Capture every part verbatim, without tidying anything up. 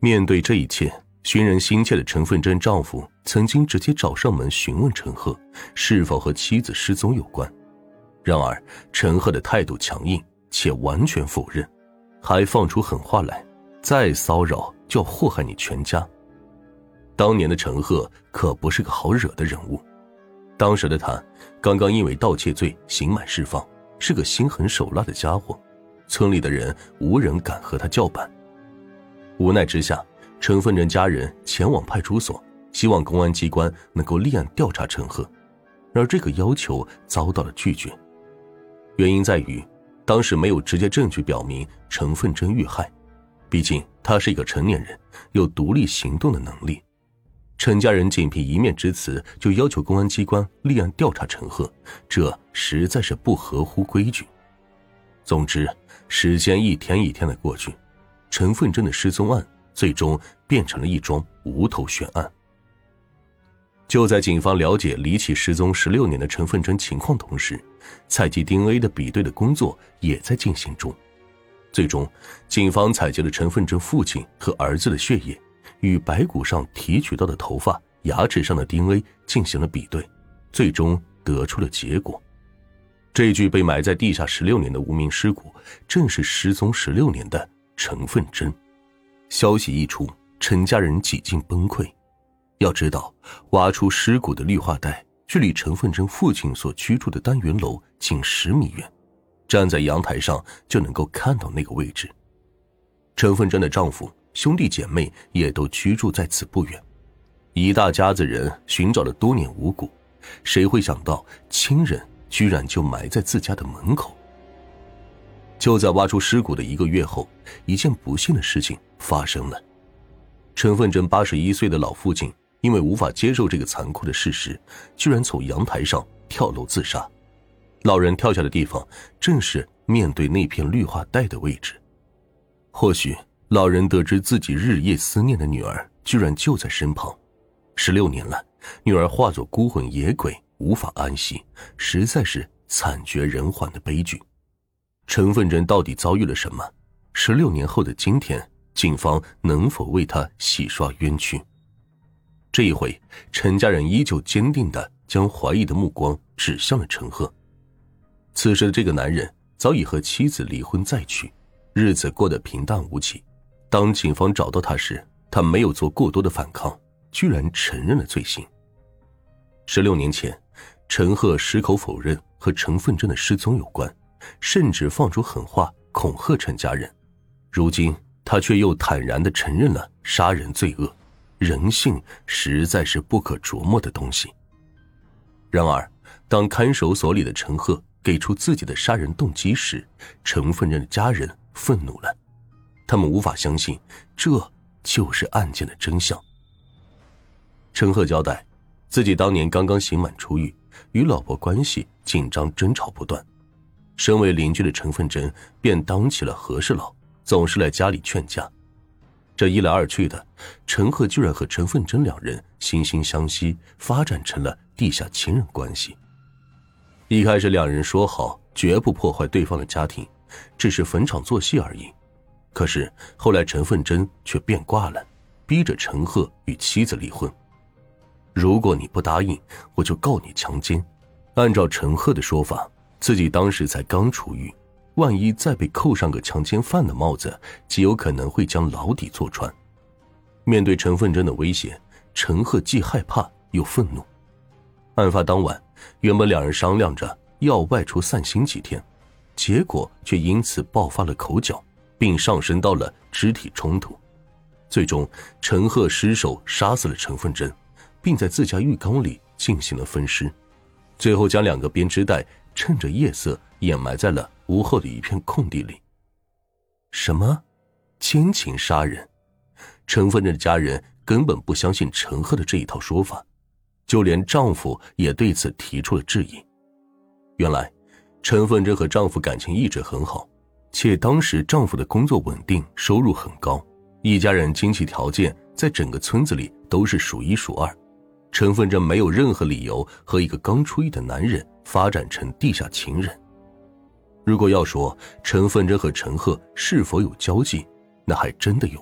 面对这一切，寻人心切的陈凤珍丈夫曾经直接找上门询问陈赫是否和妻子失踪有关。然而陈赫的态度强硬且完全否认，还放出狠话来，再骚扰就要祸害你全家。当年的陈赫可不是个好惹的人物，当时的他刚刚因为盗窃罪刑满释放，是个心狠手辣的家伙，村里的人无人敢和他叫板。无奈之下，陈凤珍家人前往派出所，希望公安机关能够立案调查陈赫，而这个要求遭到了拒绝。原因在于当时没有直接证据表明陈凤珍遇害，毕竟他是一个成年人，有独立行动的能力。陈家人仅凭一面之词就要求公安机关立案调查陈赫，这实在是不合乎规矩。总之，时间一天一天的过去，陈凤珍的失踪案最终变成了一桩无头悬案。就在警方了解离奇失踪十六年的陈凤珍情况同时，采集 D N A 的比对的工作也在进行中。最终，警方采集了陈凤珍父亲和儿子的血液，与白骨上提取到的头发、牙齿上的 D N A 进行了比对，最终得出了结果。这具被埋在地下十六年的无名尸骨，正是失踪十六年的陈凤珍。消息一出，陈家人几近崩溃。要知道，挖出尸骨的绿化带距离陈凤珍父亲所居住的单元楼仅十米远，站在阳台上就能够看到那个位置。陈凤珍的丈夫、兄弟姐妹也都居住在此不远，一大家子人寻找了多年无果，谁会想到亲人居然就埋在自家的门口。就在挖出尸骨的一个月后，一件不幸的事情发生了。陈凤珍八十一岁的老父亲因为无法接受这个残酷的事实，居然从阳台上跳楼自杀。老人跳下的地方正是面对那片绿化带的位置。或许老人得知自己日夜思念的女儿居然就在身旁，十六年了，女儿化作孤魂野鬼，无法安息，实在是惨绝人寰的悲剧。陈凤珍到底遭遇了什么？十六年后的今天，警方能否为她洗刷冤屈？这一回，陈家人依旧坚定地将怀疑的目光指向了陈赫。此时的这个男人早已和妻子离婚再娶，日子过得平淡无奇。当警方找到他时，他没有做过多的反抗，居然承认了罪行。十六年前，陈赫矢口否认和陈凤珍的失踪有关，甚至放出狠话恐吓陈家人。如今他却又坦然地承认了杀人罪恶，人性实在是不可琢磨的东西。然而当看守所里的陈赫给出自己的杀人动机时，陈凤珍的家人愤怒了，他们无法相信这就是案件的真相。陈赫交代，自己当年刚刚刑满出狱，与老婆关系紧张争吵不断，身为邻居的陈凤珍便当起了和事佬，总是来家里劝架。这一来二去的，陈赫居然和陈凤珍两人惺惺相惜，发展成了地下情人关系。一开始两人说好绝不破坏对方的家庭，只是逢场作戏而已。可是后来陈凤珍却变卦了，逼着陈赫与妻子离婚。如果你不答应，我就告你强奸。按照陈赫的说法，自己当时才刚出狱，万一再被扣上个强奸犯的帽子，极有可能会将牢底坐穿。面对陈凤珍的威胁，陈赫既害怕又愤怒。案发当晚，原本两人商量着要外出散心几天，结果却因此爆发了口角，并上升到了肢体冲突。最终陈赫失手杀死了陈凤珍，并在自家浴缸里进行了分尸，最后将两个编织袋趁着夜色掩埋在了屋后的一片空地里。什么？奸情杀人？陈凤珍的家人根本不相信陈赫的这一套说法，就连丈夫也对此提出了质疑。原来陈凤珍和丈夫感情一直很好，且当时丈夫的工作稳定，收入很高，一家人经济条件在整个村子里都是数一数二。陈凤珍没有任何理由和一个刚出狱的男人发展成地下情人。如果要说陈凤珍和陈赫是否有交际，那还真的有。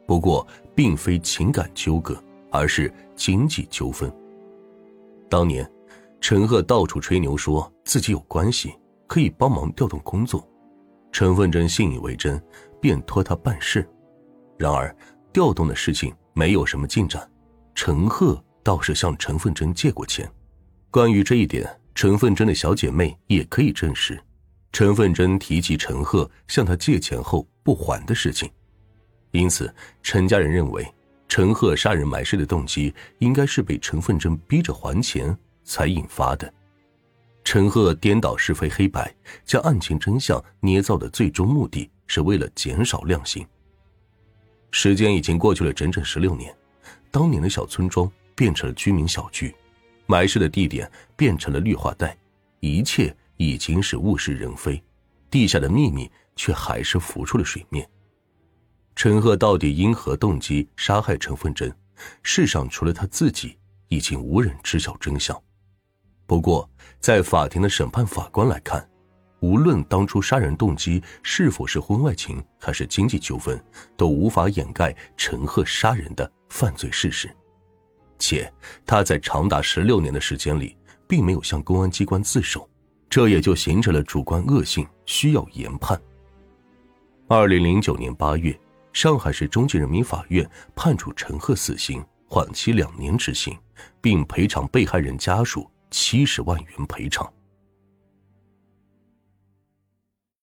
不过并非情感纠葛，而是经济纠纷。当年陈赫到处吹牛说自己有关系，可以帮忙调动工作，陈凤珍信以为真，便托他办事。然而调动的事情没有什么进展，陈赫倒是向陈凤珍借过钱。关于这一点，陈凤珍的小姐妹也可以证实，陈凤珍提及陈赫向她借钱后不还的事情。因此陈家人认为陈赫杀人埋尸的动机应该是被陈凤珍逼着还钱才引发的。陈赫颠倒是非黑白，将案情真相捏造的最终目的是为了减少量刑。时间已经过去了整整十六年，当年的小村庄变成了居民小区，埋尸的地点变成了绿化带，一切已经是物是人非，地下的秘密却还是浮出了水面。陈赫到底因何动机杀害陈凤珍，世上除了他自己，已经无人知晓真相。不过在法庭的审判法官来看，无论当初杀人动机是否是婚外情还是经济纠纷，都无法掩盖陈赫杀人的犯罪事实。且他在长达十六年的时间里并没有向公安机关自首，这也就形成了主观恶性，需要严判。二零零九年八月，上海市中级人民法院判处陈赫死刑，缓期两年执行，并赔偿被害人家属七十万元赔偿。